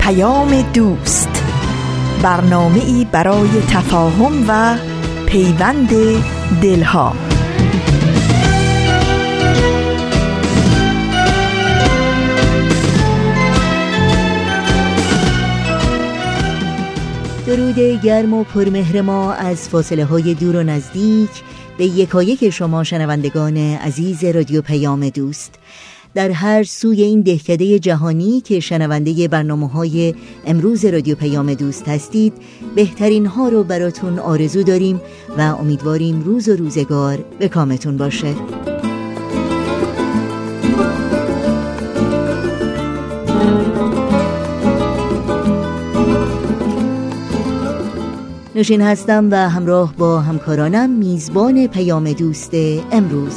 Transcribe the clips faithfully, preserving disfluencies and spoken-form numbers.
دوست، برنامه‌ای برای تفاهم و پیوند دلها. درود گرم و پرمهر ما از فاصله های دور و نزدیک به یکایک شما شنوندگان عزیز رادیو پیام دوست در هر سوی این دهکده جهانی که شنونده برنامه‌های امروز رادیو پیام دوست هستید. بهترین ها رو براتون آرزو داریم و امیدواریم روز و روزگار به کامتون باشه. نوشین هستم و همراه با همکارانم میزبان پیام دوست امروز.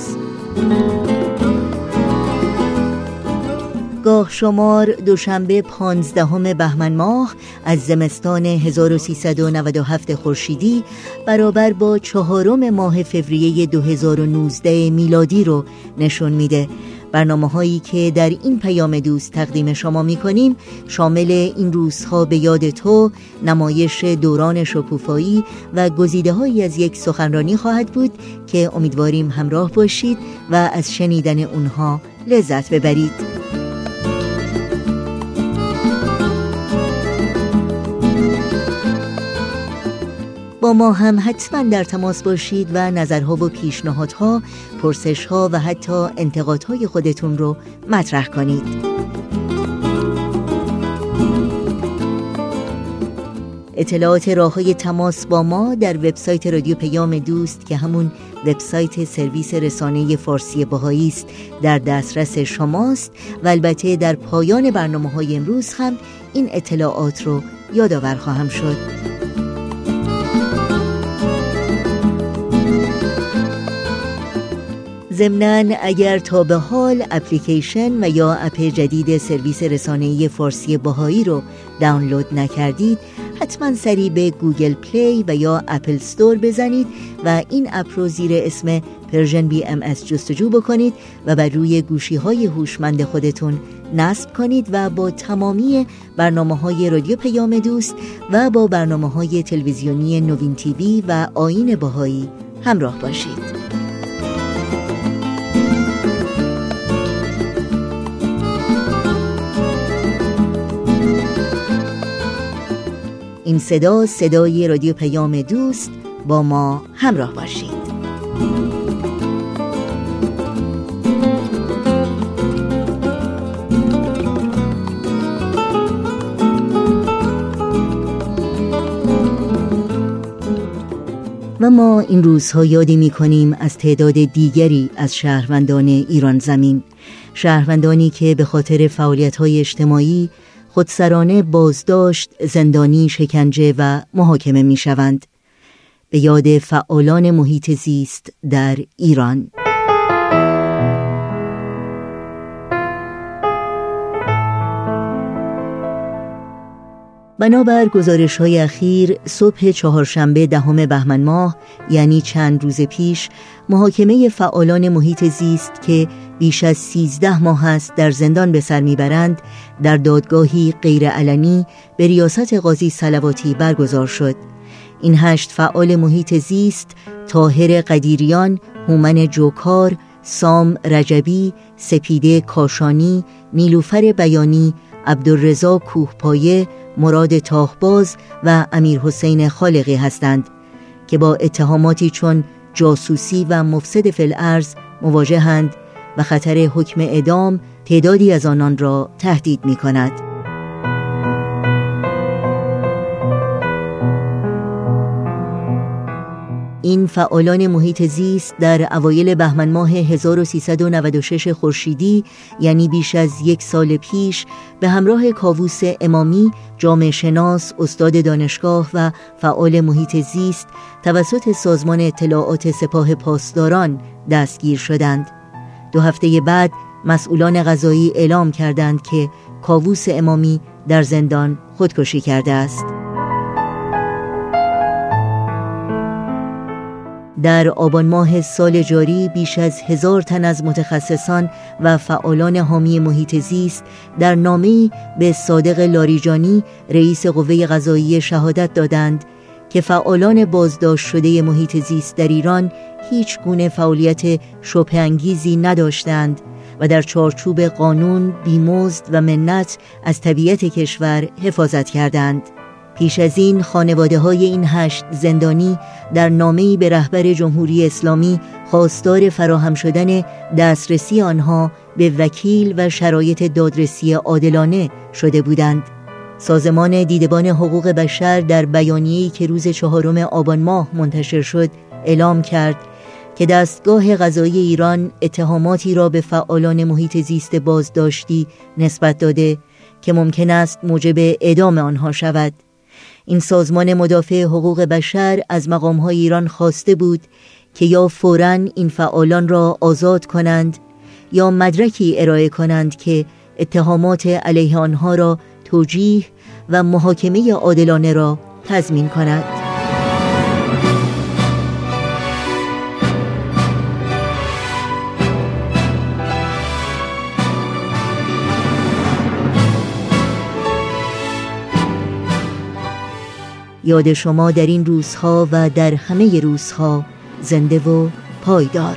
گاه شمار دوشنبه پانزدهم بهمن ماه از زمستان هزار و سیصد و نود و هفت خورشیدی برابر با چهارم ماه فوریه دو هزار و نوزده میلادی رو نشون میده. برنامه هایی که در این پیام دوست تقدیم شما می کنیم شامل این روزها به یاد تو، نمایش دوران شکوفایی و گزیده هایی از یک سخنرانی خواهد بود که امیدواریم همراه باشید و از شنیدن اونها لذت ببرید. با ما هم حتما در تماس باشید و نظرها و پیشنهادها، پرسشها و حتی انتقادهای خودتون رو مطرح کنید. اطلاعات راههای تماس با ما در وبسایت رادیو پیام دوست که همون وبسایت سرویس رسانه فارسی بهایی است در دسترس شماست و البته در پایان برنامه‌های امروز هم این اطلاعات رو یادآور خواهم شد. ضمناً اگر تا به حال اپلیکیشن و یا اپ جدید سرویس رسانه‌ای فارسی بهایی رو دانلود نکردید، حتما سریع به گوگل پلی و یا اپل استور بزنید و این اپ رو زیر اسم پرژن بی ام اس جستجو بکنید و بر روی گوشی‌های هوشمند خودتون نصب کنید و با تمامی برنامه‌های رادیو پیام دوست و با برنامه‌های تلویزیونی نوین تیوی و آیین بهایی همراه باشید. این صدا صدای رادیو پیام دوست، با ما همراه باشید. و ما این روزها یادی می کنیم از تعداد دیگری از شهروندان ایران زمین، شهروندانی که به خاطر فعالیت‌های اجتماعی خودسرانه بازداشت، زندانی، شکنجه و محاکمه می شوند. به یاد فعالان محیط زیست در ایران. بنابر گزارش‌های اخیر، صبح چهارشنبه دهم بهمن ماه، یعنی چند روز پیش، محاکمه فعالان محیط زیست که بیش از سیزده ماه است در زندان به سر میبرند، در دادگاهی غیرعلنی به ریاست قاضی صلواتی برگزار شد. این هشت فعال محیط زیست، طاهر قدیریان، هومن جوکار، سام رجبی، سپیده کاشانی، نیلوفر بیانی، عبدالرضا کوهپایه، مراد تاهباز و امیر حسین خالقی هستند که با اتهاماتی چون جاسوسی و مفسد فی الارض مواجهند و خطر حکم اعدام تعدادی از آنان را تهدید می کند. این فعالان محیط زیست در اوایل بهمن ماه هزار و سیصد و نود و شش خورشیدی، یعنی بیش از یک سال پیش، به همراه کاووس امامی، جامعه شناس، استاد دانشگاه و فعال محیط زیست توسط سازمان اطلاعات سپاه پاسداران دستگیر شدند. دو هفته بعد مسئولان قضایی اعلام کردند که کاووس امامی در زندان خودکشی کرده است. در آبان ماه سال جاری بیش از هزار تن از متخصصان و فعالان حامی محیط زیست در نامه‌ای به صادق لاریجانی رئیس قوه قضاییه شهادت دادند که فعالان بازداشت شده محیط زیست در ایران هیچ گونه فعالیت شبه‌انگیزی نداشتند و در چارچوب قانون بیمزد و منت از طبیعت کشور حفاظت کردند. پیش از این خانواده‌های این هشت زندانی در نامه‌ای به رهبر جمهوری اسلامی خواستار فراهم شدن دسترسی آنها به وکیل و شرایط دادرسی عادلانه شده بودند. سازمان دیدبان حقوق بشر در بیانیه‌ای که روز چهارم آبان ماه منتشر شد اعلام کرد که دستگاه قضایی ایران اتهاماتی را به فعالان محیط زیست بازداشتی نسبت داده که ممکن است موجب اعدام آنها شود. این سازمان مدافع حقوق بشر از مقام‌های ایران خواسته بود که یا فوراً این فعالان را آزاد کنند یا مدرکی ارائه کنند که اتهامات علیه آنها را توجیه و محاکمه عادلانه را تضمین کند. یاد شما در این روزها و در همه روزها زنده و پایدار.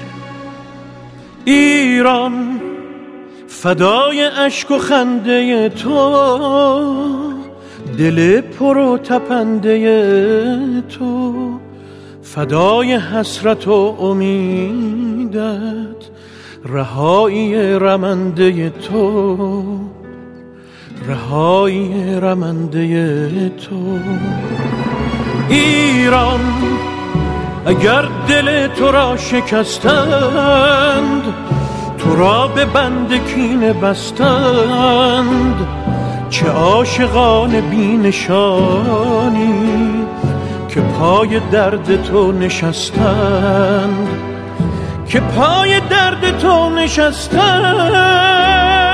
ایران فدای اشک و خنده تو، دل پر و تپنده تو، فدای حسرت و امیدت، رهایی رمنده تو، رهایی رمنده تو. ایران اگر دل تو را شکستند، تو را به بند کینه بستند، چه عاشقان بی نشانی که پای درد تو نشستند، که پای درد تو نشستند.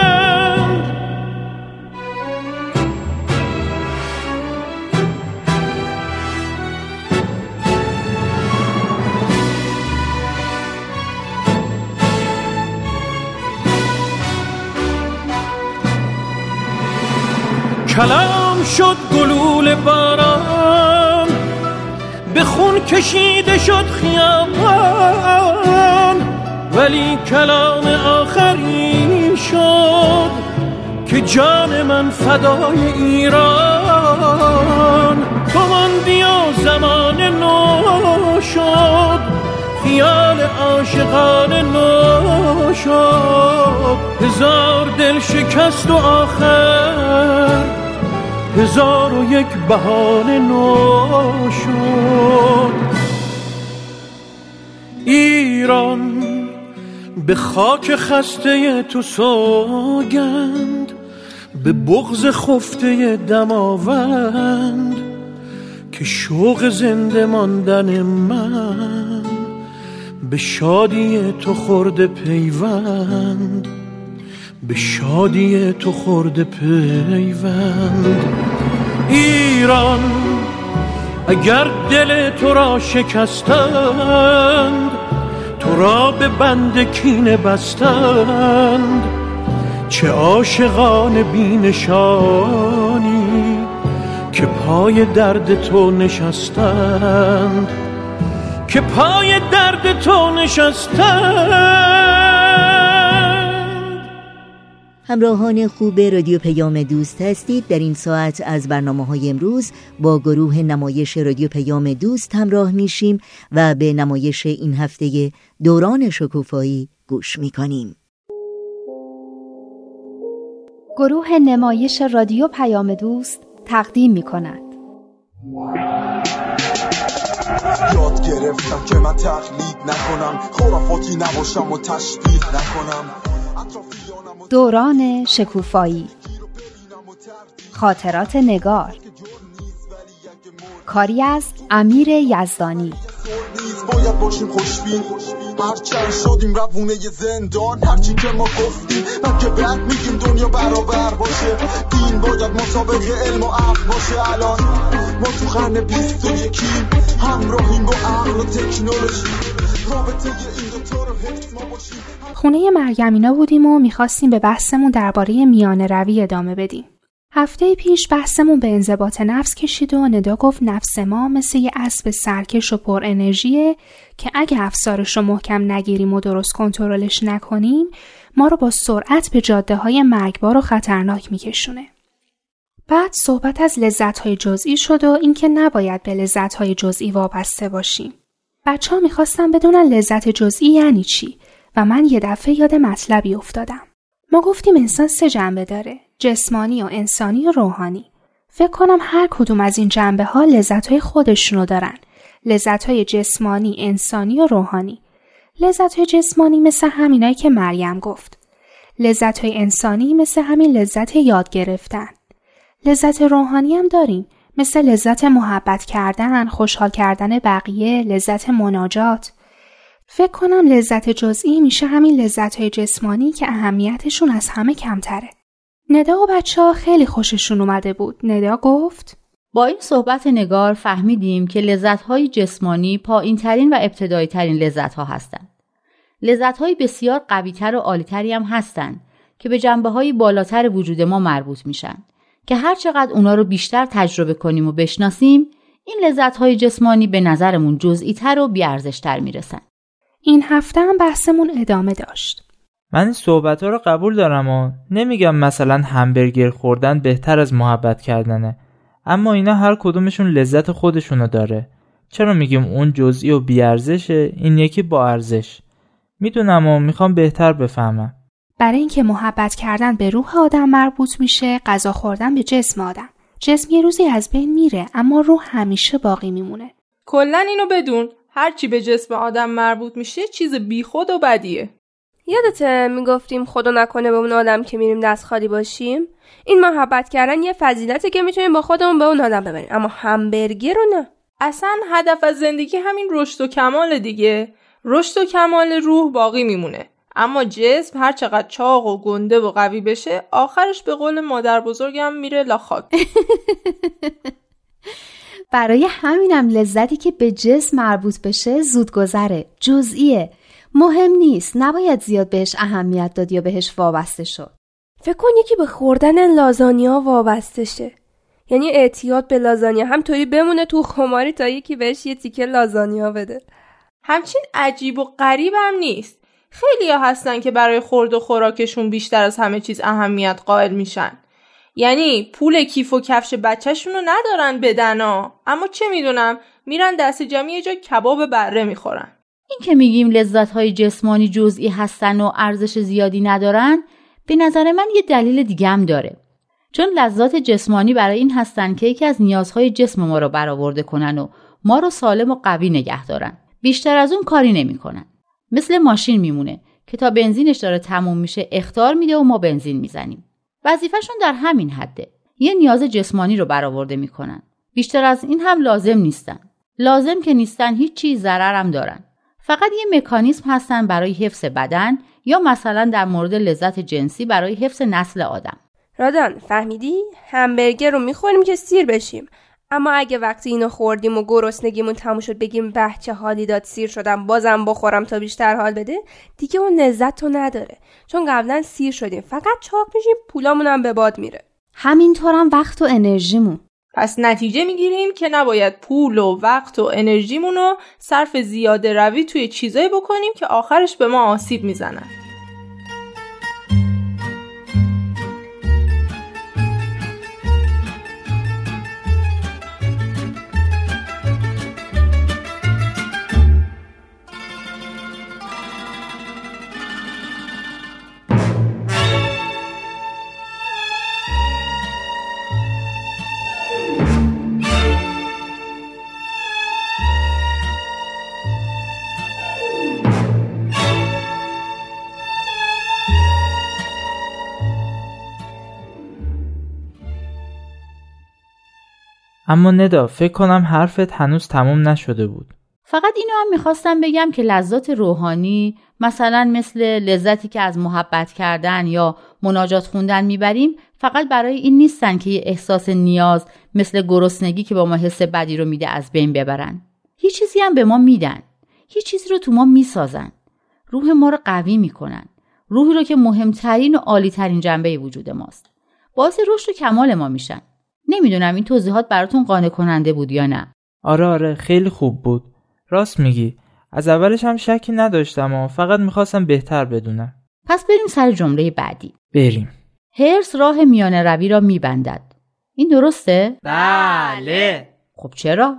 کلام شد گلوله باران، به خون کشیده شد خیابان، ولی کلام آخری شد که جان من فدای ایران. تو ماندی و زمان نو شد، خیال عاشقان نو شد، هزار دل شکست و آخر هزار و یک بهانه نو شد. ایران به خاک خسته تو سوگند، به بغض خفته دماوند، که شوق زنده ماندن من به شادی تو خورده پیوند، به شادی تو خورده پیوند. ایران اگر دل تو را شکستند، تو را به بند کینه بستند، چه عاشقان بی نشانی که پای درد تو نشستند، که پای درد تو نشستند. همراهان خوب رادیو پیام دوست هستید. در این ساعت از برنامه‌های امروز با گروه نمایش رادیو پیام دوست همراه میشیم و به نمایش این هفته دوران شکوفایی گوش میکنیم. گروه نمایش رادیو پیام دوست تقدیم میکند. یاد گرفتم که من تقلید نکنم، خرافاتی نباشم و تشبیه نکنم. دوران شکوفایی، خاطرات نگار، کاری از امیر یزدانی. باید باشیم خوشبین هرچند شدیم روونه ی زندان، هرچی که ما گفتیم من که بعد میگیم دنیا برابر باشه، دین باید مسابق علم و عقل باشه. الان ما تو قرن بیست و یکیم، همراهیم با عقل و تکنولوژی، رابطه این دوتا رو حفظ ما باشیم. خونه مرگمینا بودیم و میخواستیم به بحثمون درباره میانه روی ادامه بدیم. هفته پیش بحثمون به انضباط نفس کشید و ندا گفت نفس ما مثل یه اسب سرکش و پر انرژیه که اگه افسارش رو محکم نگیریم و درست کنترلش نکنیم ما رو با سرعت به جاده های مرگبار و خطرناک میکشونه. بعد صحبت از لذت‌های جزئی شد و اینکه نباید به لذت‌های جزئی وابسته باشیم. بچه‌ها می‌خواستن بدونن لذت جزئی یعنی چی و من یه دفعه یاد مطلبی افتادم. ما گفتیم انسان سه جنبه داره، جسمانی و انسانی و روحانی. فکر کنم هر کدوم از این جنبه‌ها لذت‌های خودشونو دارن. لذت‌های جسمانی، انسانی و روحانی. لذت‌های جسمانی مثل همینایی که مریم گفت. لذت‌های انسانی مثل همین لذت یاد گرفتن. لذت روحانی هم داریم، مثل لذت محبت کردن، خوشحال کردن بقیه، لذت مناجات. فکر کنم لذت جزئی میشه همین لذت‌های جسمانی که اهمیتشون از همه کمتره. ندا و بچه ها خیلی خوششون اومده بود. ندا گفت با این صحبت نگار فهمیدیم که لذت‌های جسمانی پایین‌ترین و ابتدایی‌ترین لذت‌ها هستند. لذت‌های بسیار قوی‌تر و عالی‌تری هم هستند که به جنبه‌های بالاتر وجود ما مربوط میشن که هر چقدر اونا رو بیشتر تجربه کنیم و بشناسیم این لذت‌های جسمانی به نظرمون جزئی‌تر و بی‌ارزش‌تر میرسن. این هفته هم بحثمون ادامه داشت. من این صحبت‌ها رو قبول دارم و نمیگم مثلا همبرگر خوردن بهتر از محبت کردنه، اما اینا هر کدومشون لذت خودشونو داره. چرا میگیم اون جزئی و بی‌ارزشه، این یکی با ارزش؟ میدونم و میخوام بهتر بفهمم. برای اینکه محبت کردن به روح آدم مربوط میشه، غذا خوردن به جسم آدم. جسم یه روزی از بین میره اما روح همیشه باقی میمونه. کلاً اینو بدون، هر چی به جسم آدم مربوط میشه چیز بیخود و بدیه. یادته میگفتیم خدا نکنه به اون آدم که میریم دست خالی باشیم؟ این محبت کردن یه فضیلته که میتونیم با خودمون به اون آدم ببریم، اما همبرگر رو نه. اصلا هدف از زندگی همین رشد و کمال دیگه. رشد و کمال روح باقی میمونه، اما جسم هر چقدر چاق و گنده و قوی بشه آخرش به قول مادر بزرگم میره لاخاک. برای همینم لذتی که به جسم مربوط بشه زود گذره، جزئیه، مهم نیست، نباید زیاد بهش اهمیت داد یا بهش وابسته شد. فکر کن یکی به خوردن لازانیا وابسته شه، یعنی اعتیاد به لازانیا همطوری بمونه تو خماری تا یکی بهش یه تیکه لازانیا بده. همچین عجیب و غریب هم نیست. خیلی ها هستن که برای خورد و خوراکشون بیشتر از همه چیز اهمیت قائل میشن. یعنی پول کیف و کفش بچه‌شون رو ندارن بدنا، اما چه میدونم میرن دست جمعی یه جا کباب بره میخورن. این که میگیم لذت‌های جسمانی جزئی هستن و ارزش زیادی ندارن، به نظر من یه دلیل دیگه هم داره. چون لذات جسمانی برای این هستن که یکی از نیازهای جسم ما رو برآورده کنن و ما رو سالم و قوی نگه دارن. بیشتر از اون کاری نمی‌کنن. مثل ماشین میمونه که تا بنزینش داره تموم میشه اخطار میده و ما بنزین میزنیم. وظیفه‌شون در همین حده. یه نیاز جسمانی رو برآورده میکنن. بیشتر از این هم لازم نیستن. لازم که نیستن هیچ چیز ضرر هم دارن. فقط یه مکانیزم هستن برای حفظ بدن یا مثلا در مورد لذت جنسی برای حفظ نسل آدم. رادان فهمیدی؟ همبرگر رو میخوریم که سیر بشیم. اما اگه وقتی اینو خوردیم و گرسنگیمون تموم شد بگیم به چه حالی داد سیر شدم بازم بخورم تا بیشتر حال بده، دیگه اون لذت رو نداره. چون قبلا سیر شدیم فقط چاق میشیم، پولامون هم به باد میره. همینطورم وقت و انرژیمون. پس نتیجه میگیریم که نباید پول و وقت و انرژیمون رو صرف زیاده روی توی چیزایی بکنیم که آخرش به ما آسیب میزنن. اما ندا فکر کنم حرفت هنوز تموم نشده بود. فقط اینو هم میخواستم بگم که لذات روحانی مثلا مثل لذتی که از محبت کردن یا مناجات خوندن میبریم فقط برای این نیستن که یه احساس نیاز مثل گرسنگی که با ما حس بدی رو میده از بین ببرن. هیچ چیزی هم به ما میدن. هیچ چیزی رو تو ما میسازن. روح ما رو قوی میکنن. روحی رو که مهمترین و عالیترین جنبه وجود ماست. باعث رشد و کمال ما میشن. نمیدونم این توضیحات براتون قانع کننده بود یا نه. آره آره خیلی خوب بود. راست میگی. از اولش هم شکی نداشتم و فقط میخواستم بهتر بدونم. پس بریم سر جمله بعدی. بریم. حرص راه میانه روی را میبندد. این درسته؟ بله. خب چرا؟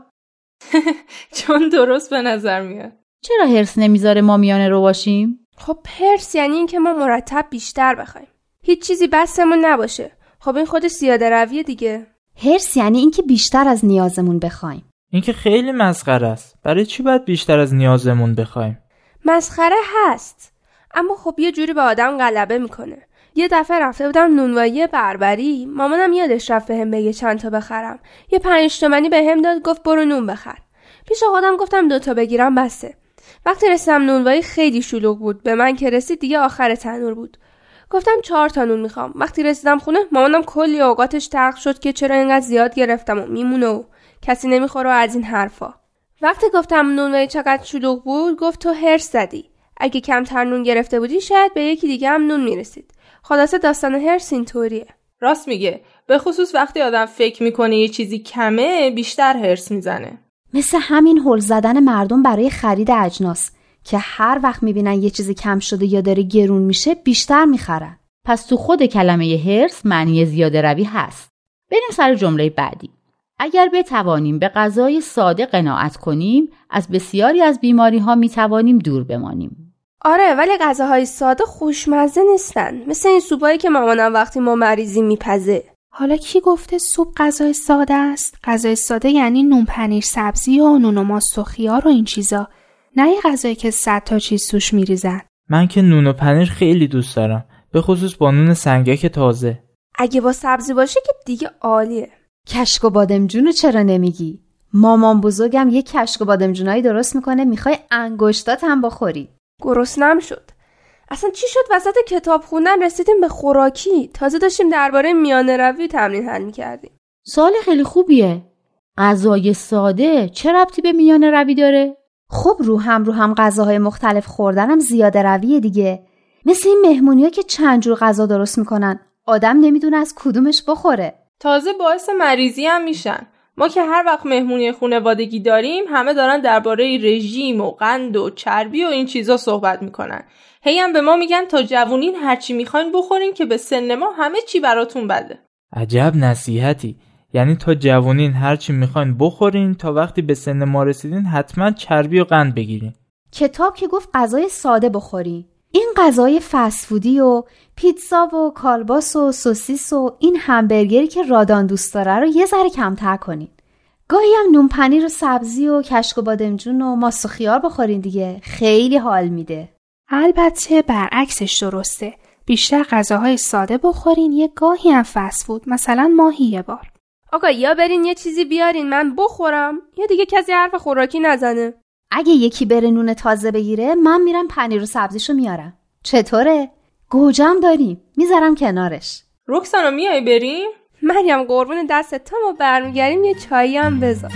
چون درست به نظر میاد. چرا حرص نمیذاره ما میانه رو باشیم؟ خب حرص یعنی این که ما مرتب بیشتر بخوایم. هیچ چیزی بسمون نباشه. خب این خودش زیاده رویه دیگه. حرص یعنی این که بیشتر از نیازمون بخوایم. این که خیلی مسخره است. برای چی باید بیشتر از نیازمون بخوایم؟ مسخره هست. اما خب یه جوری به آدم غلبه میکنه. یه دفعه رفته بودم نونوایی بربری، مامانم یادش رفت بهم بگه چند تا بخرم. یه پنج تومانی بهم داد، گفت برو نون بخر. پیش خودم گفتم دو تا بگیرم بسه. وقتی رسیدم نونوایی خیلی شلوغ بود. به من که رسید دیگه آخر تنور بود. گفتم چهار تا نون میخوام. وقتی رسیدم خونه مامانم کلی اوقاتش تلخ شد که چرا اینقدر زیاد گرفتم و میمونه و کسی نمیخوره و از این حرفا. وقتی گفتم نونوایی چقدر شلوغ بود، گفت تو حرص زدی. اگه کمتر نون گرفته بودی شاید به یکی دیگه هم نون میرسید. خلاصه داستان حرص اینطوریه. راست میگه. به خصوص وقتی آدم فکر میکنه یه چیزی کمه بیشتر حرص میزنه. مثل همین هول زدن مردم برای خرید اجناس که هر وقت میبینن یه چیزی کم شده یا داره گرون میشه بیشتر میخرن. پس تو خود کلمه حرص معنی زیاده روی هست. بریم سر جمله بعدی. اگر بتوانیم به غذای ساده قناعت کنیم، از بسیاری از بیماری ها میتوانیم دور بمانیم. آره ولی غذاهای ساده خوشمزه نیستن. مثل این سوپایی که مامانم وقتی ما مریضیم میپزه. حالا کی گفته سوپ غذای ساده است؟ غذای ساده یعنی نون پنیر سبزی و نون و ماست و خیار و این چیزا. نه یه غذایی که صد تا چیز توش میریزن. من که نون و پنیر خیلی دوست دارم. به خصوص با نون سنگک تازه. اگه با سبزی باشه که دیگه عالیه. کشک و بادمجونو چرا نمیگی؟ مامان بزرگم یه کشک و بادمجونایی درست میکنه، میخوای انگشتات هم بخوری. گرسنم شد. اصلا چی شد وسط کتاب خوندن رسیدیم به خوراکی؟ تازه داشتیم درباره میانه روی تمرین حل میکردیم. سوال خیلی خوبیه. غذای ساده چه ربطی به میانه روی داره؟ خب رو هم رو هم غذاهای مختلف خوردنم زیاده رویه دیگه. مثل این مهمونی‌ها که چند جور غذا درست میکنن، آدم نمیدونه از کدومش بخوره. تازه باعث مریضی هم میشن. ما که هر وقت مهمونی خانوادگی داریم همه دارن درباره رژیم و قند و چربی و این چیزا صحبت میکنن. هی هم به ما میگن تا جوونین هرچی میخواین بخورین که به سن ما همه چی براتون بده. عجب نصیحتی. یعنی تا جوونین هرچی میخواین بخورین تا وقتی به سن ما رسیدین حتما چربی و قند بگیرین. کتاب که گفت غذای ساده بخوری. این غذای فست فودی و پیتزا و کالباس و سوسیس و این همبرگری که رادان دوست داره رو یه ذره کمتر کنین. گاهی هم نون پنیر و سبزی و کشک و بادمجون و ماست و خیار بخورین دیگه. خیلی حال میده. البته برعکسش درسته. بیشتر غذاهای ساده بخورین، یه گاهی هم فست فود، مثلا ماهی یه بار. آقا یا برین یه چیزی بیارین من بخورم یا دیگه کسی حرف خوراکی نزنه. اگه یکی بره نون تازه بگیره من میرم پنیر و سبزیشو میارم. چطوره؟ گوجم داریم، میذارم کنارش. رکسانا میای بریم؟ مریم قربون دستت تا ما برمیگردیم یه چایی هم بذار.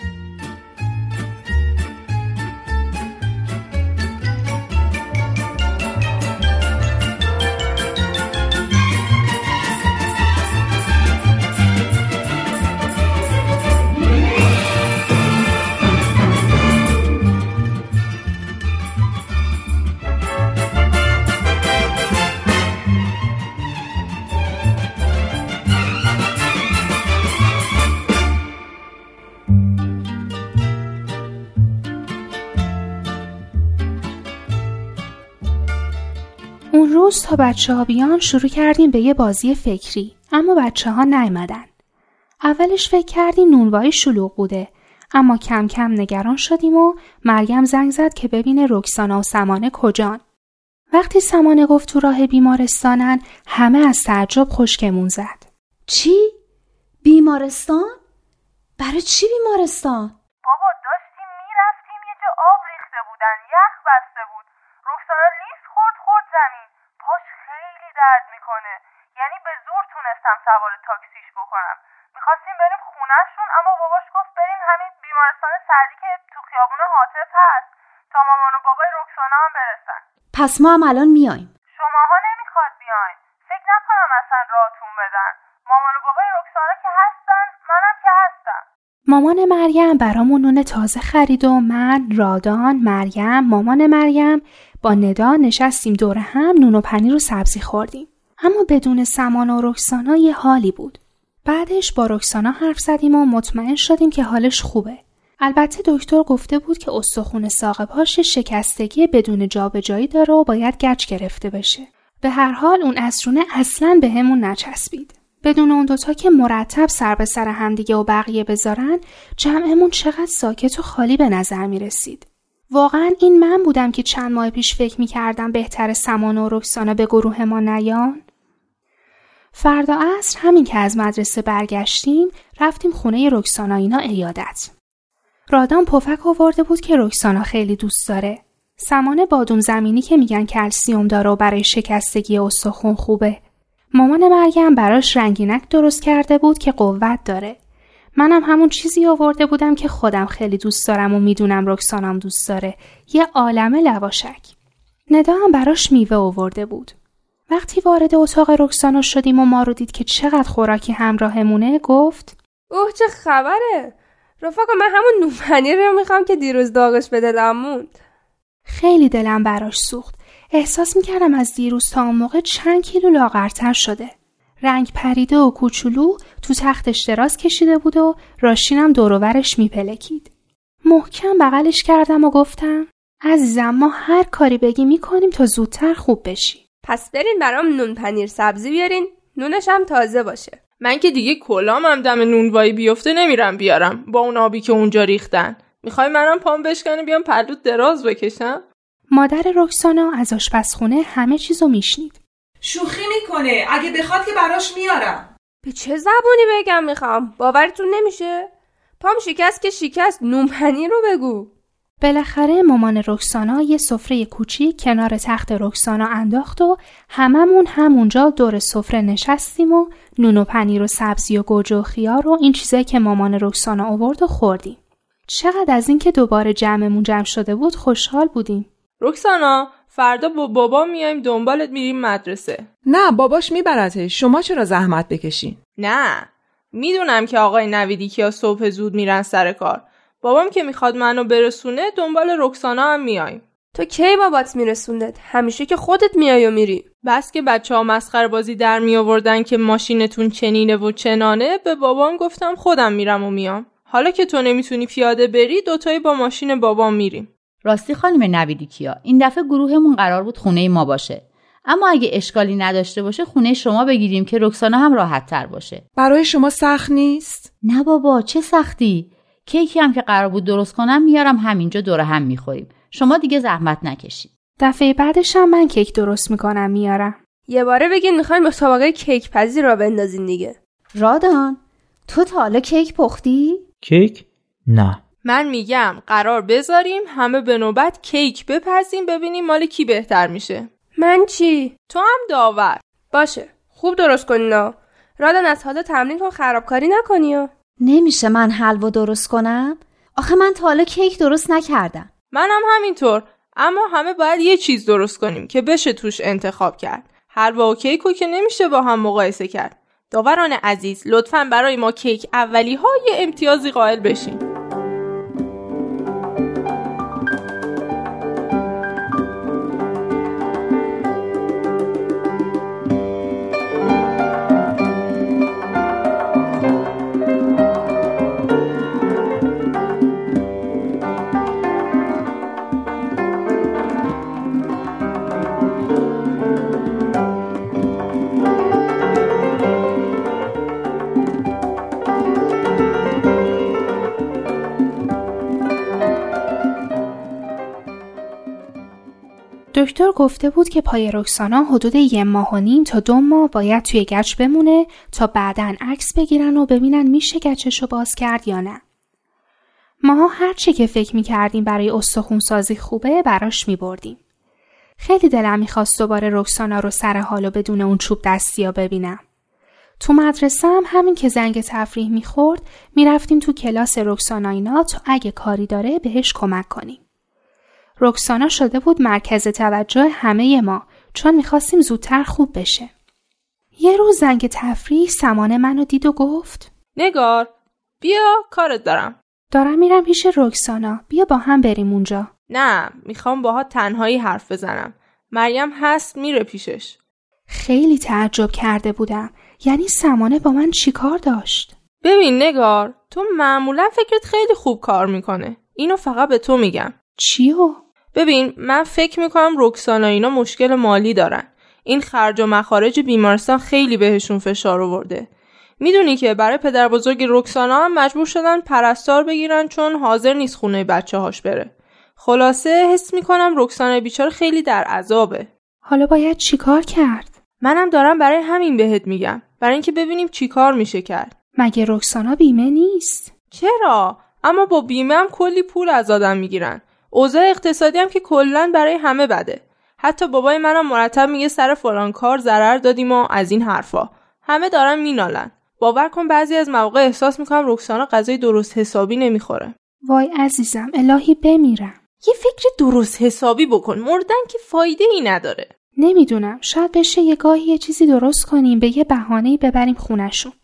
اون روز تا بچه ها بیان شروع کردیم به یه بازی فکری، اما بچه ها نیامدن. اولش فکر کردیم نونوایی شلوغ بوده، اما کم کم نگران شدیم و مریم زنگ زد که ببینه رکسانا و سمانه کجان. وقتی سمانه گفت تو راه بیمارستانن همه از تعجب خشکمون زد. چی؟ بیمارستان؟ برای چی بیمارستان؟ بابا داشتیم میرفتیم یه جا بسته بود. رکسانا لیز خورد خورد زمین. پاش خیلی درد میکنه. یعنی به زور تونستم سوار تاکسیش بکنم. میخواستیم بریم خونه‌شون اما باباش گفت بریم همین بیمارستان سعدی که تو خیابون حاطف هست تا مامان و بابای رکسانا هم برسن. پس ما هم الان میایم. شماها نمیخواد بیاین. فکر نکنم اصلا راهتون بدن. مامان و بابای رکسانا که هستن، منم که هستم. مامان مریم برامون نون تازه خرید و من، رادان، مریم، مامان مریم با ندا نشستیم دور هم نون و پنیر و سبزی خوردیم. اما بدون سمانه و رکسانا یه حالی بود. بعدش با رکسانا حرف زدیم و مطمئن شدیم که حالش خوبه. البته دکتر گفته بود که استخوان ساق پاش شکستگی بدون جابجایی داره و باید گچ گرفته بشه. به هر حال اون اسرونه اصلاً به همون نچسبید. بدون اون دوتا که مرتب سر به سر همدیگه و بقیه بذارن، جمعمون چقدر ساکت و خالی به نظر می رسید. واقعاً این من بودم که چند ماه پیش فکر می کردم بهتر سمانه و رکسانا به گروه ما نیان؟ فردا عصر همین که از مدرسه برگشتیم رفتیم خونه رکسانا اینا عیادت. رادان پفک آورده بود که رکسانا خیلی دوست داره. سمانه بادوم زمینی که میگن کلسیوم داره و برای شکستگی استخوان خوبه. مامان مریم براش رنگینک درست کرده بود که قوت داره. منم همون چیزی آورده بودم که خودم خیلی دوست دارم و میدونم رکسانام دوست داره. یه عالمه لواشک. ندا هم براش میوه آورده بود. وقتی وارد اتاق رکسانا شدیم و ما رو دید که چقدر خوراکی همراهمونه گفت اوه چه خبره؟ رفقا من همون نون پنیر رو میخوام که دیروز داغش به دلم موند. خیلی دلم براش سوخت. احساس میکردم از دیروز تا اون موقع چند کیلو لاغرتر شده. رنگ پریده و کوچولو تو تختش دراز کشیده بود و راشینم دور و برش میپلکید. محکم بغلش کردم و گفتم عزیزم ما هر کاری بگی میکنیم تا زودتر خوب بشی. پس برین برام نون پنیر سبزی بیارین، نونش هم تازه باشه. من که دیگه کلامم دم نونوایی بیفته نمیرم بیارم با اون آبی که اونجا ریختن. میخوای منم پام بشکنه بیام پلوت دراز بکشم؟ مادر رکسانا از آشپزخونه همه چیزو میشنید. شوخی میکنه، اگه بخواد که براش میارم. به چه زبونی بگم میخوام؟ باورتون نمیشه؟ پام شکست که شکست، نون پنیر رو بگو. بالاخره مامان رکسانا یه سفره کوچیک کنار تخت رکسانا انداخت و هممون همونجا دور سفره نشستیم و نون و پنیر و سبزی و گوجه و خیار و این چیزایی که مامان رکسانا آورد و خوردیم. چقدر از این که دوباره جمعمون جمع شده بود خوشحال بودیم. رکسانا فردا با بابا میایم دنبالت میریم مدرسه. نه باباش میبرتش، شما چرا زحمت بکشین؟ نه میدونم که آقای نویدی کیا صبح زود میرن سر کار. بابام که میخواد منو برسونه دنبال رکسانا هم میایم. تو کی بابات میرسوندت؟ همیشه که خودت میای و میری. بس که بچه‌ها مسخره بازی در می آوردن که ماشینتون چنینه و چنانه، به بابام گفتم خودم میرم و میام. حالا که تو نمیتونی پیاده بری دوتایی با ماشین بابام میریم. راستی خانم نویدی کیا این دفعه گروهمون قرار بود خونه ما باشه، اما اگه اشکالی نداشته باشه خونه شما بگیریم که رکسانا هم راحت تر باشه. برای شما سخت نیست؟ نه بابا چه سختی، کیکی هم که قرار بود درست کنم میارم همینجا دور هم میخوریم، شما دیگه زحمت نکشید. دفعه بعدش هم من کیک درست میکنم میارم. یه باره بگین میخوایم مسابقه کیک پزی را بندازین دیگه. رادان تو تا حالا کیک پختی؟ کیک؟ نه. من میگم قرار بذاریم همه به نوبت کیک بپزیم ببینیم مال کی بهتر میشه. من چی؟ تو هم داور. باشه خوب درست کنینا. رادان از حالا تمرین کن خرابکاری نکنی. نمیشه من حلوا درست کنم؟ آخه من تا حالا کیک درست نکردم. منم همینطور، اما همه باید یه چیز درست کنیم که بشه توش انتخاب کرد. حلوا و کیکو که نمیشه با هم مقایسه کرد. داوران عزیز لطفاً برای ما کیک اولی ها یه امتیازی قائل بشین. دکتر گفته بود که پای رکسانا حدود یه ماه و نیم تا دو ماه باید توی گچ بمونه تا بعداً عکس بگیرن و ببینن میشه گچشو باز کرد یا نه. ماها هر چی که فکر می‌کردیم برای استخونسازی خوبه براش می‌بردیم. خیلی دلم می‌خواست دوباره رکسانا رو سر حالو بدون اون چوب دستیا ببینم. تو مدرسه هم همین که زنگ تفریح می‌خورد می‌رفتیم تو کلاس رکسانا اینا تا اگه کاری داره بهش کمک کنیم. رکسانا شده بود مرکز توجه همه ما چون می‌خواستیم زودتر خوب بشه. یه روز زنگ تفریح سمانه منو دید و گفت نگار بیا کارت دارم. دارم میرم پیش رکسانا، بیا با هم بریم اونجا. نه میخوام باهات تنهایی حرف بزنم. مریم هست میره پیشش. خیلی تعجب کرده بودم، یعنی سمانه با من چی کار داشت؟ ببین نگار تو معمولا فکرت خیلی خوب کار میکنه، اینو فقط به تو میگم. چیو؟ ببین من فکر میکنم رکسانا اینا مشکل مالی دارن. این خرج و مخارج بیمارستان خیلی بهشون فشار آورده. میدونی که برای پدر بزرگ رکسانا هم مجبور شدن پرستار بگیرن چون حاضر نیست خونه بچه هاش بره. خلاصه حس میکنم رکسانا بیچاره خیلی در عذابه. حالا باید چی کار کرد؟ منم دارم برای همین بهت میگم، برای اینکه ببینیم چی کار میشه کرد. مگه رکسانا بیمه نیست؟ چرا؟ اما با بیمه هم کلی پول از آدم میگیرن. اوضاع اقتصادی هم که کلاً برای همه بده. حتی بابای منم مرتب میگه سر فلان کار ضرر دادیم و از این حرفا. همه دارن مینالن. باور کن بعضی از مواقع احساس میکنم رکسانا غذای درست حسابی نمیخوره. وای عزیزم الهی بمیرم. یه فکر درست حسابی بکن، مردن که فایده ای نداره. نمیدونم، شاید بشه یه گاهی یه چیزی درست کنیم، به یه بهانه‌ای ببریم خونشون.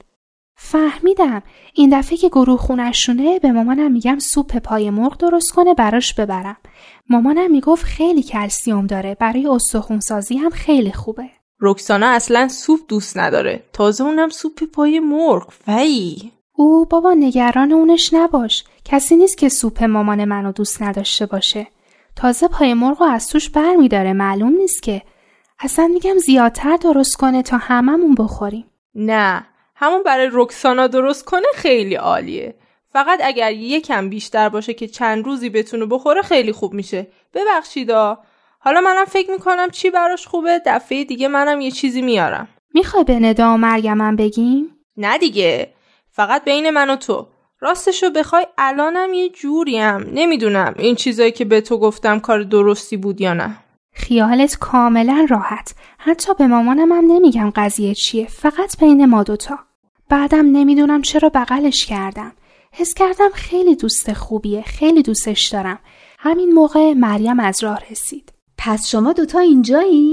فهمیدم، این دفعه که گروه خونشونه به مامانم میگم سوپ پای مرغ درست کنه براش ببرم. مامانم میگفت خیلی کلسیوم داره، برای استخوان‌سازی هم خیلی خوبه. رکسانا اصلا سوپ دوست نداره، تازه اونم سوپ پای مرغ. فی او بابا نگران اونش نباش، کسی نیست که سوپ مامان منو دوست نداشته باشه. تازه پای مرغو از توش بر میداره، معلوم نیست که. اصلا میگم زیادتر درست کنه تا هممون بخوریم. نه همون برای رکسانا درست کنه خیلی عالیه. فقط اگر یکم بیشتر باشه که چند روزی بتونه بخوره خیلی خوب میشه. ببخشیدا. حالا منم فکر میکنم چی براش خوبه، دفعه دیگه منم یه چیزی میارم. میخوای به ندا و مرگمم بگیم؟ نه دیگه، فقط بین من و تو. راستشو بخوای الانم یه جوریم، نمیدونم این چیزایی که به تو گفتم کار درستی بود یا نه. خیالت کاملا راحت، حتی به مامانم هم نمیگم قضیه چیه، فقط بین ما دوتا. بعدم نمیدونم چرا بغلش کردم، حس کردم خیلی دوست خوبیه، خیلی دوستش دارم. همین موقع مریم از راه رسید. پس شما دوتا اینجایی؟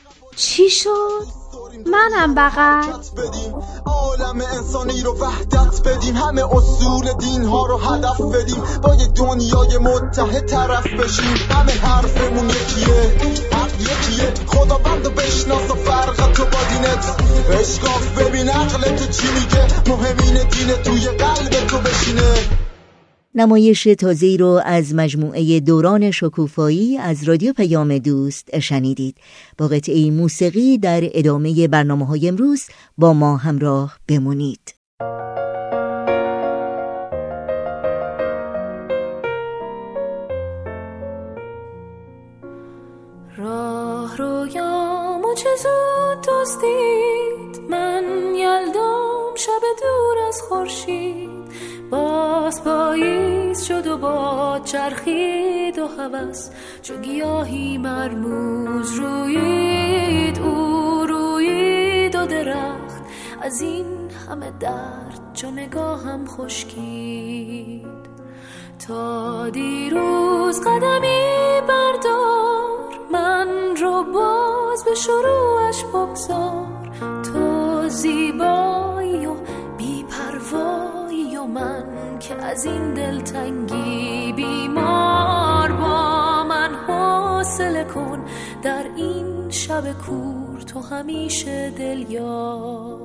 چی شد؟ منم بغل. عالم انسانی رو وحدت بدیم، همه اصول دین ها رو هدف بدیم، با یه دنیای متحد طرف بشیم. همه حرفمون یکیه، حق یکیه، خدا بندو بشناس و فرق تو با دینت. اشکاف ببین عقلت چی میگه، مهم اینه دین توی قلب تو بشینه. نمایش تازه‌ای رو از مجموعه دوران شکوفایی از رادیو پیام دوست شنیدید. با قطعه موسیقی در ادامه برنامه‌های امروز با ما همراه بمونید. راه رویامو چه زود دزدید، من یلدام شب دور از خورشید. باز پاییز شد و باد چرخید و هوس چو گیاهی مرموز رویید. او رویید و درخت از این همه درد چو نگاهم خشکید. تا دیروز قدمی بردار، من رو باز به شروعش بگذار. تو زیبایی و بی‌پروایی و من که از این دلتنگی بیمار. با من حوصله کن در این شب کور، تو همیشه دل یار.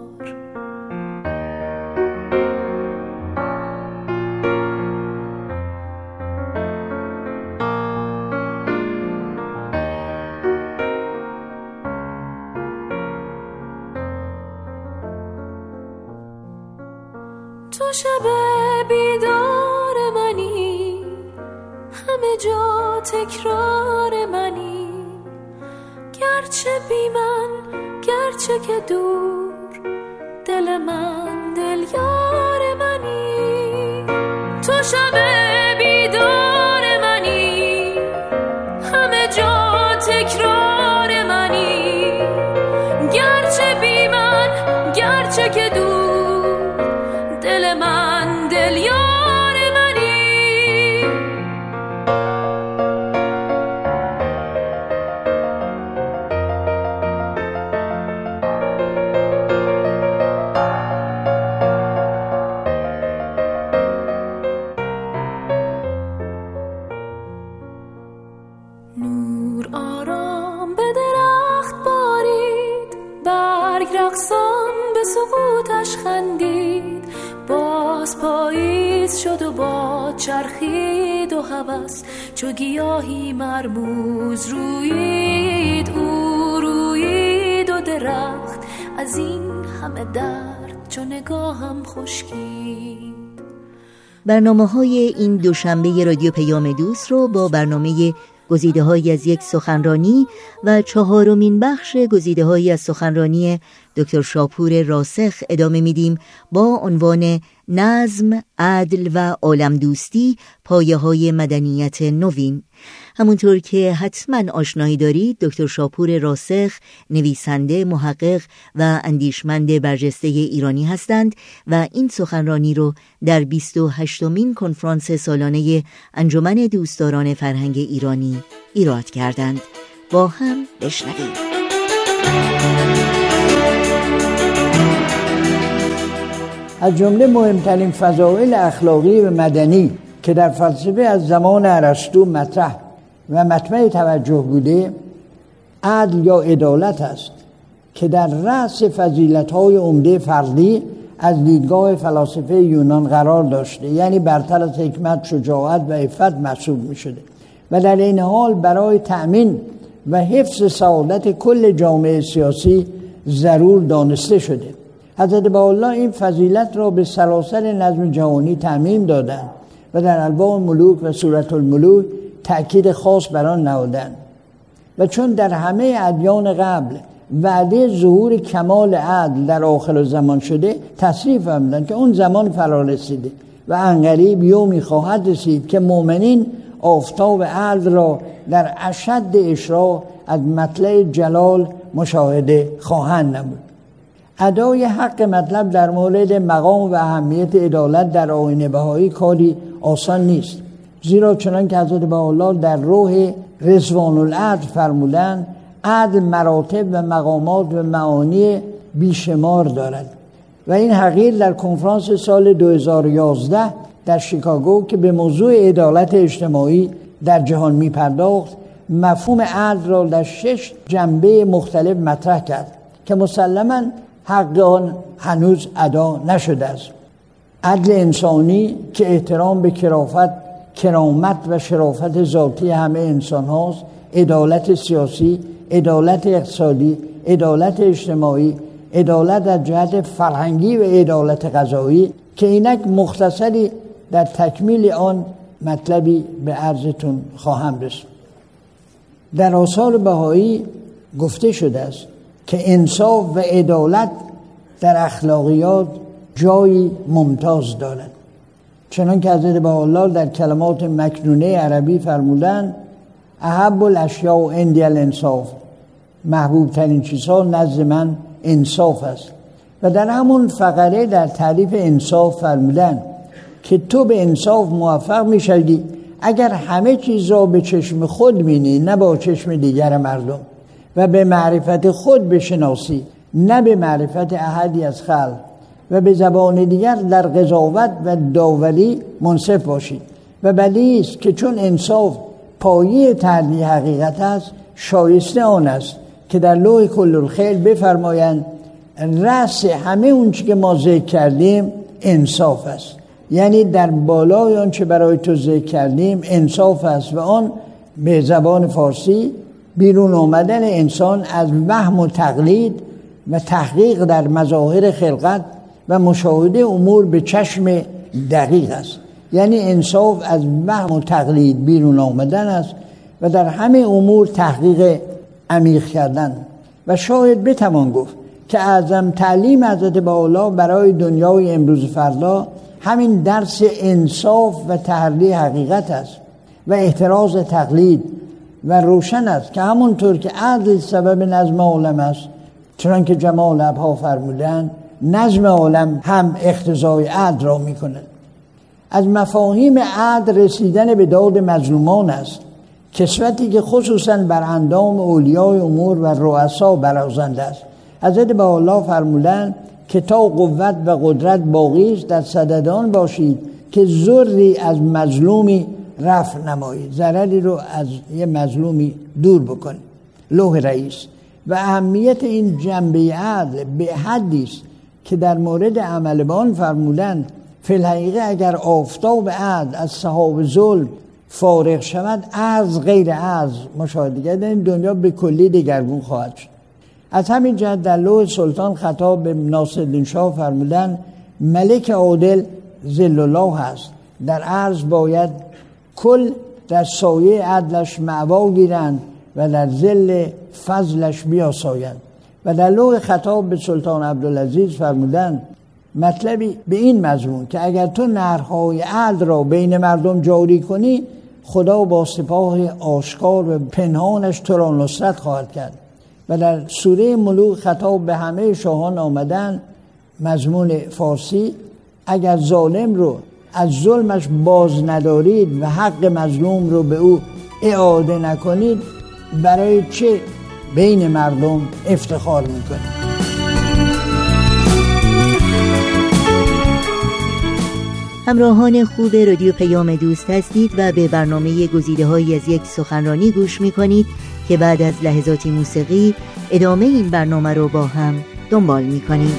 تو شب بیدار منی، همه جا تکرار منی. گرچه بی من، گرچه که دور، دل من دل یار منی. تو شب پاییز شد و با چرخید و هوس چو گیاهی مرموز رویید او رویید و درخت از این همه درد چو نگاهم خشکید. برنامه‌های این دوشنبه رادیو پیام دوست رو با برنامه گزیده‌هایی از یک سخنرانی و چهارمین بخش گزیده‌هایی از سخنرانی دکتر شاپور راسخ ادامه میدیم با عنوان نظم، عدل و عالم دوستی، پایه‌های مدنیت نوین. همونطور که حتما آشنایی دارید، دکتر شاپور راسخ نویسنده، محقق و اندیشمند برجسته ایرانی هستند و این سخنرانی رو در بیست و هشتمین کنفرانس سالانه انجمن دوستداران فرهنگ ایرانی ایراد کردند. با هم بشنویم. از جمله مهمترین فضائل اخلاقی و مدنی که در فلسفه از زمان ارسطو مطرح و مطمع توجه بوده، عدل یا عدالت است که در رأس فضیلت‌های عمده فردی از دیدگاه فلاسفه یونان قرار داشته، یعنی برتر از حکمت، شجاعت و عفت محسوب می‌شده و در این حال برای تأمین و حفظ سعادت کل جامعه سیاسی ضرور دانسته شده. حضرت بهاءالله این فضیلت را به سراسر نظم جهانی تعمیم دادند و در الواح الملوک و سورة الملوک تأکید خاص بر آن نهادند. و چون در همه ادیان قبل وعده ظهور کمال عدل در آخر زمان شده، تصریح فرمودند که اون زمان فرا رسیده و عنقریب یومی خواهد رسید که مؤمنین آفتاب عدل را در اشد اشراق از مطلع جلال مشاهده خواهند نمود. ادای حق مطلب در مورد مقام و اهمیت عدالت در آیین بهایی کاری آسان نیست، زیرا چنان که حضرت بهاءالله در روح رضوان العدل فرمودند، عدل مراتب و مقامات و معانی بیشمار دارد. و این حقیقت در کنفرانس سال دو هزار و یازده در شیکاگو که به موضوع عدالت اجتماعی در جهان می پرداخت، مفهوم عدل را در شش جنبه مختلف مطرح کرد که مسلماً حق آن هنوز ادا نشده است. عدل انسانی که احترام به کرافت، کرامت و شرافت ذاتی همه انسان هاست، عدالت سیاسی، عدالت اقتصادی، عدالت اجتماعی، عدالت از جهت فرهنگی و عدالت قضایی که اینک مختصری در تکمیل آن مطلبی به عرضتون خواهم رسوند. در آثار بهایی گفته شده است که انصاف و عدالت در اخلاقیات جایی ممتاز دارد، چنان که حضرت بهاءالله در کلمات مکنونه عربی فرمودند: احب الاشیاء عندی الانصاف، محبوب ترین چیزها نزد من انصاف است. و در همون فقره در تعریف انصاف فرمودند که تو به انصاف موفق می‌شوی اگر همه چیز را به چشم خود بینی، نه با چشم دیگر مردم، و به معرفت خود بشناسی، نه به معرفت احدی از خلق، و به زبان دیگر در قضاوت و داوری منصف باشید. و بدیهی است که چون انصاف پایه تعلی حقیقت است، شایسته آن است که در لوح کل الخیر بفرمایند رأس همه اون چی که ما ذکر کردیم انصاف است. یعنی در بالای آن چه برای تو ذکر کردیم انصاف است و آن به زبان فارسی بیرون آمدن انسان از وهم و تقلید و تحقیق در مظاهر خلقت و مشاهده امور به چشم دقیق است. یعنی انصاف از وهم و تقلید بیرون آمدن است و در همه امور تحقیق عمیق کردن. و شاید بتوان گفت که اعظم تعلیم حضرت بهاءالله برای دنیای امروز فردا همین درس انصاف و تحری حقیقت است و احتراز تقلید. و روشن است که همونطور که عدل سبب نظم عالم است، چنان که جمال ابها فرمودند، نظم عالم هم اقتضای عدل را می کند. از مفاهیم عدل رسیدن به داد مظلومان است، کسوتی که خصوصاً بر اندام اولیای امور و رؤسا برازنده است. حضرت بهاءالله فرمودند که تا قوت و قدرت باقی است در صددان باشید که ضرری از مظلومی رفع نمایید، ضرری رو از یه مظلومی دور بکنید. لوح رئیس. و اهمیت این جنبه عدل به حدی است که در مورد عمل به آن فرمودند فی الحقیقه اگر آفتاب عدل از سحاب ظلم فارغ شود، ارز غیر ارز مشاهده کردن، دنیا به کلی دگرگون خواهد شد. از همین جهت در لوح سلطان خطاب به ناصرالدین شاه فرمودن ملک عادل ذل الله هست، در ارز باید کل در سایه عدلش معوا گیرند و در ظل فضلش بیاسایند. و در لوح خطاب به سلطان عبدالعزیز فرمودن مطلبی به این مضمون که اگر تو نهرهای عدل را بین مردم جاری کنی، خدا با سپاه آشکار و پنهانش تو را نصرت خواهد کرد. و در سوره ملوک خطاب به همه شاهان آمدن مضمون فارسی اگر ظالم رو از ظلمش باز ندارید و حق مظلوم رو به او اعاده نکنید، برای چه بین مردم افتخار میکنید؟ همراهان خوب رادیو پیام دوست هستید و به برنامه گزیده‌هایی از یک سخنرانی گوش میکنید که بعد از لحظاتی موسیقی ادامه این برنامه رو با هم دنبال میکنید.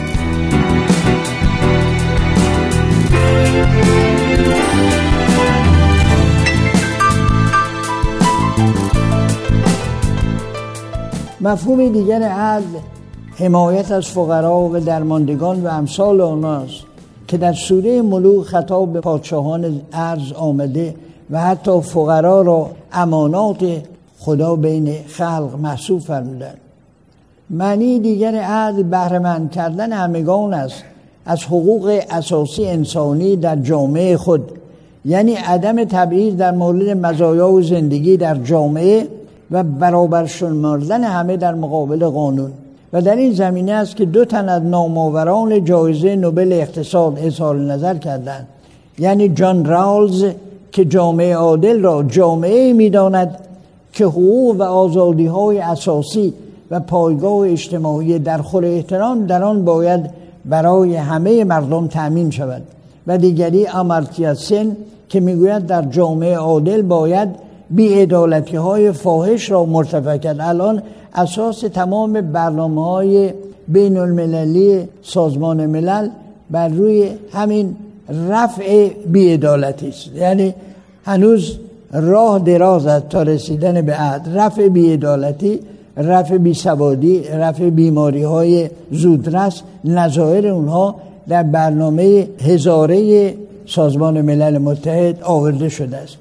مفهوم دیگر عدل حمایت از فقرا و درماندگان و امثال آنهاست که در سوره ملوک خطاب به پادشاهان ارض آمده و حتی فقرا را امانات خدا بین خلق محسوب فرمودند. معنی دیگر عدل بهره‌مند کردن همگان است از حقوق اساسی انسانی در جامعه خود، یعنی عدم تبعیض در مورد مزایا و زندگی در جامعه و برابر شمردن همه در مقابل قانون. و در این زمینه است که دو تن از نامآوران جایزه نوبل اقتصاد اظهار نظر کردند، یعنی جان رالز که جامعه عادل را جامعه می‌داند که حقوق و آزادی‌های اساسی و پایگاه اجتماعی در خور احترام در آن باید برای همه مردم تأمین شود، و دیگری آمارتیا سن که میگوید در جامعه عادل باید بی‌عدالتی‌های فاحش را مرتفع کرد. الان اساس تمام برنامه‌های بین المللی سازمان ملل بر روی همین رفع بی‌عدالتی است، یعنی هنوز راه دراز است تا رسیدن به عدل. رفع بی‌عدالتی، رفع بیسوادی، رفع بیماری‌های زودرس، نظایر اونها در برنامه هزاره سازمان ملل متحد آورده شده است.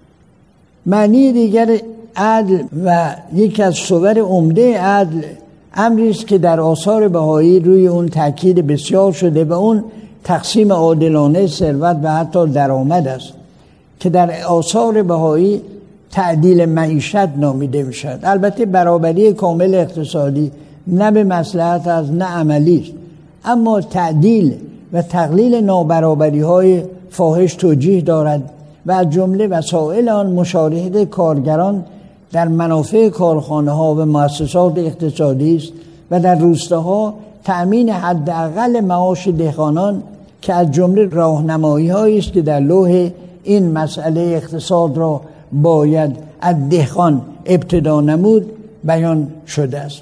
معنی دیگر عدل و یکی از صور عمده عدل امری است که در آثار بهایی روی اون تاکید بسیار شده و اون تقسیم عادلانه ثروت و حتی درآمد است که در آثار بهایی تعدیل معیشت نامیده می شود. البته برابری کامل اقتصادی نه به مصلحت از نه عملی است، اما تعدیل و تقلیل نابرابری های فاحش توجیه دارد و از جمله وسایل آن مشارکت کارگران در منافع کارخانه ها و مؤسسات اقتصادی است و در روستاها تأمین حداقل معاش دهقانان که از جمله راهنمایی هایی است که در لوح این مسئله اقتصاد را باید از دهقان ابتدا نمود بیان شده است.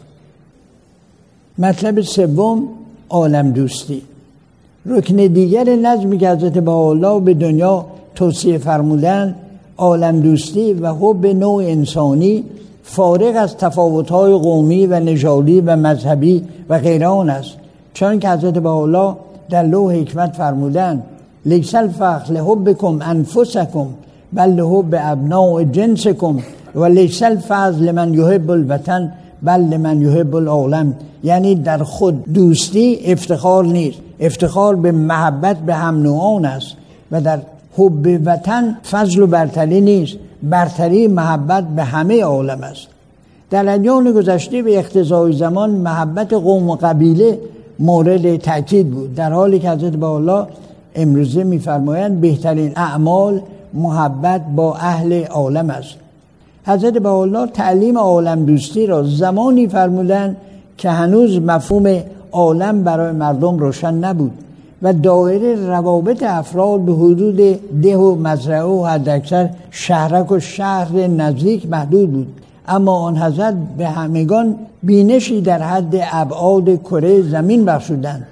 مطلب سوم عالم دوستی. رکن دیگر نظمی که حضرت بهاءالله به دنیا توصیه فرمودند عالم دوستی و حب نوع انسانی فارغ از تفاوت‌های قومی و نژادی و مذهبی و غیره آن است، چون که حضرت بهاءالله در لوح حکمت فرمودند لیس الفخر لحبکم انفسکم بل لحب ابناء جنسکم و لیس الفضل لمن یحب الوطن بل لمن یحب العالم. یعنی در خود دوستی افتخار نیست، افتخار به محبت به هم نوعان است، و در حب وطن فضل و برتری نیست، برتری محبت به همه عالم است. در ادیان گذشته به اقتضای زمان محبت قوم و قبیله مورد تأکید بود، در حالی که حضرت بهاءالله امروزه می‌فرمایند بهترین اعمال محبت با اهل عالم است. حضرت بهاءالله تعلیم عالم دوستی را زمانی فرمودند که هنوز مفهوم عالم برای مردم روشن نبود و دایره روابط افراد به حدود ده و مزرعه و حداکثر شهرک و شهر نزدیک محدود بود، اما آن حضرت به همگان بینشی در حد ابعاد کره زمین بخشودند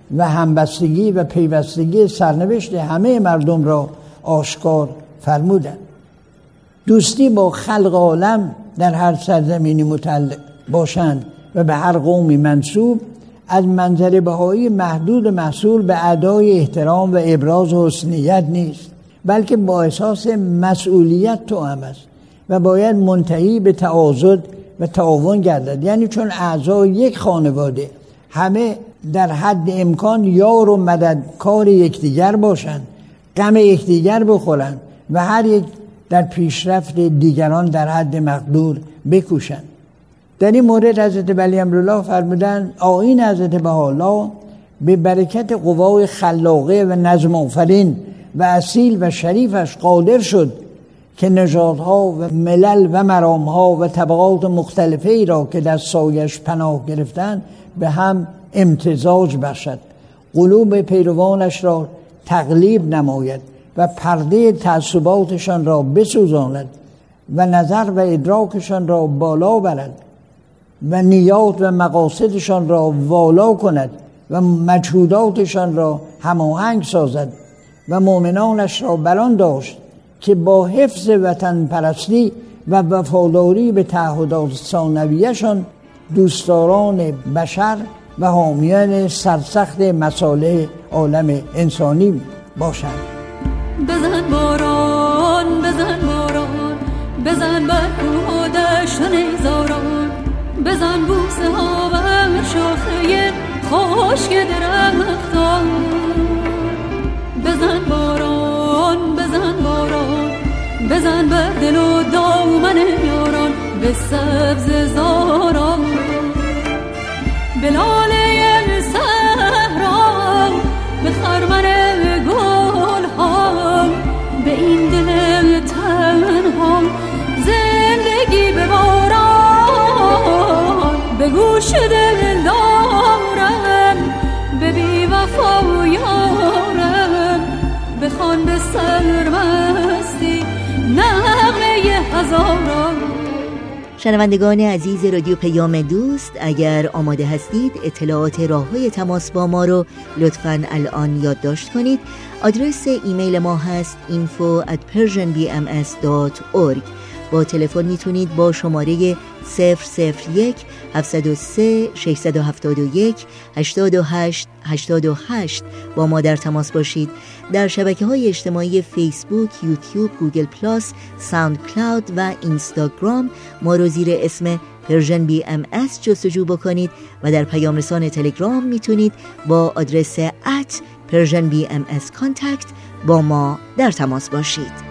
و همبستگی و پیوستگی سرنوشت همه مردم را آشکار فرمودند. دوستی با خلق عالم در هر سرزمینی متعلق باشند و به هر قومی منسوب از منظر بهایی محدود محصول به ادای احترام و ابراز حسنیت نیست، بلکه با احساس مسئولیت توأم است و باید منتهی به تعاضد و تعاون گردد. یعنی چون اعضای یک خانواده همه در حد امکان یار و مددکار یکدیگر باشند، غم یکدیگر بخورند و هر یک در پیشرفت دیگران در حد مقدور بکوشند. در این مورد حضرت ولی امرالله فرمودند آیین حضرت بهاءالله به برکت قوای خلاقه و نظم آفرین و اصیل و شریفش قادر شد که نژادها و ملل و مرامها و طبقات مختلفه ای را که در سایش پناه گرفتند به هم امتزاج بخشد، قلوب پیروانش را تقلیب نماید و پرده تعصباتشان را بسوزاند و نظر و ادراکشان را بالا برد و نیات و مقاصدشان را والا کند و مجهوداتشان را هماهنگ سازد و مؤمنانش را بران داشت که با حفظ وطن پرستی و وفاداری به تعهدات ثانویه‌شان دوستداران بشر و حامیان سرسخت مصالح عالم انسانی باشند. بزن باران بزن باران بزن بر کوه و دشت و نیزاران، بزن بوسه ها و شاخه خشک درختان، بزن باران بزن باران بزن بر دل و دامن یاران، به سبز زاران به لاله صحرا، به خرمن گل ها، به این دل تنها زندگی بباران، به گوش دل دارم به بی وفا یارم، بخوان به سرمستی نغمه هزاران. شنوندگان عزیز رادیو پیام دوست، اگر آماده هستید اطلاعات راه‌های تماس با ما رو لطفاً الان یادداشت کنید. آدرس ایمیل ما هست info at persianbms dot org. با تلفن میتونید با شماره صفر صفر یک هفت صفر سه شش هفت یک هشت هشت هشت هشت با ما در تماس باشید. در شبکه‌های اجتماعی فیسبوک، یوتیوب، گوگل پلاس، ساوند کلاود و اینستاگرام ما رو زیر اسم پرژن بی ام اس جستجو بکنید و در پیام رسان تلگرام میتونید با آدرس ات پرژن بی ام اس کانتکت با ما در تماس باشید.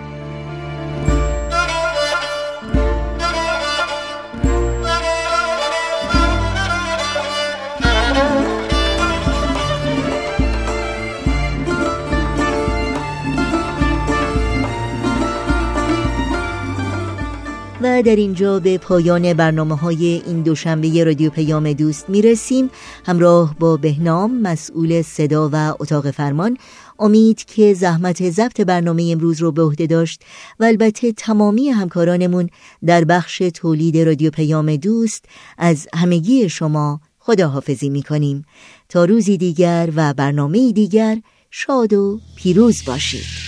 و در اینجا به پایان برنامه‌های این دوشنبه رادیو پیام دوست میرسیم. همراه با بهنام مسئول صدا و اتاق فرمان، امید که زحمت ضبط برنامه امروز رو به عهده داشت و البته تمامی همکارانمون در بخش تولید رادیو پیام دوست، از همگی شما خداحافظی میکنیم تا روزی دیگر و برنامه‌ای دیگر. شاد و پیروز باشید.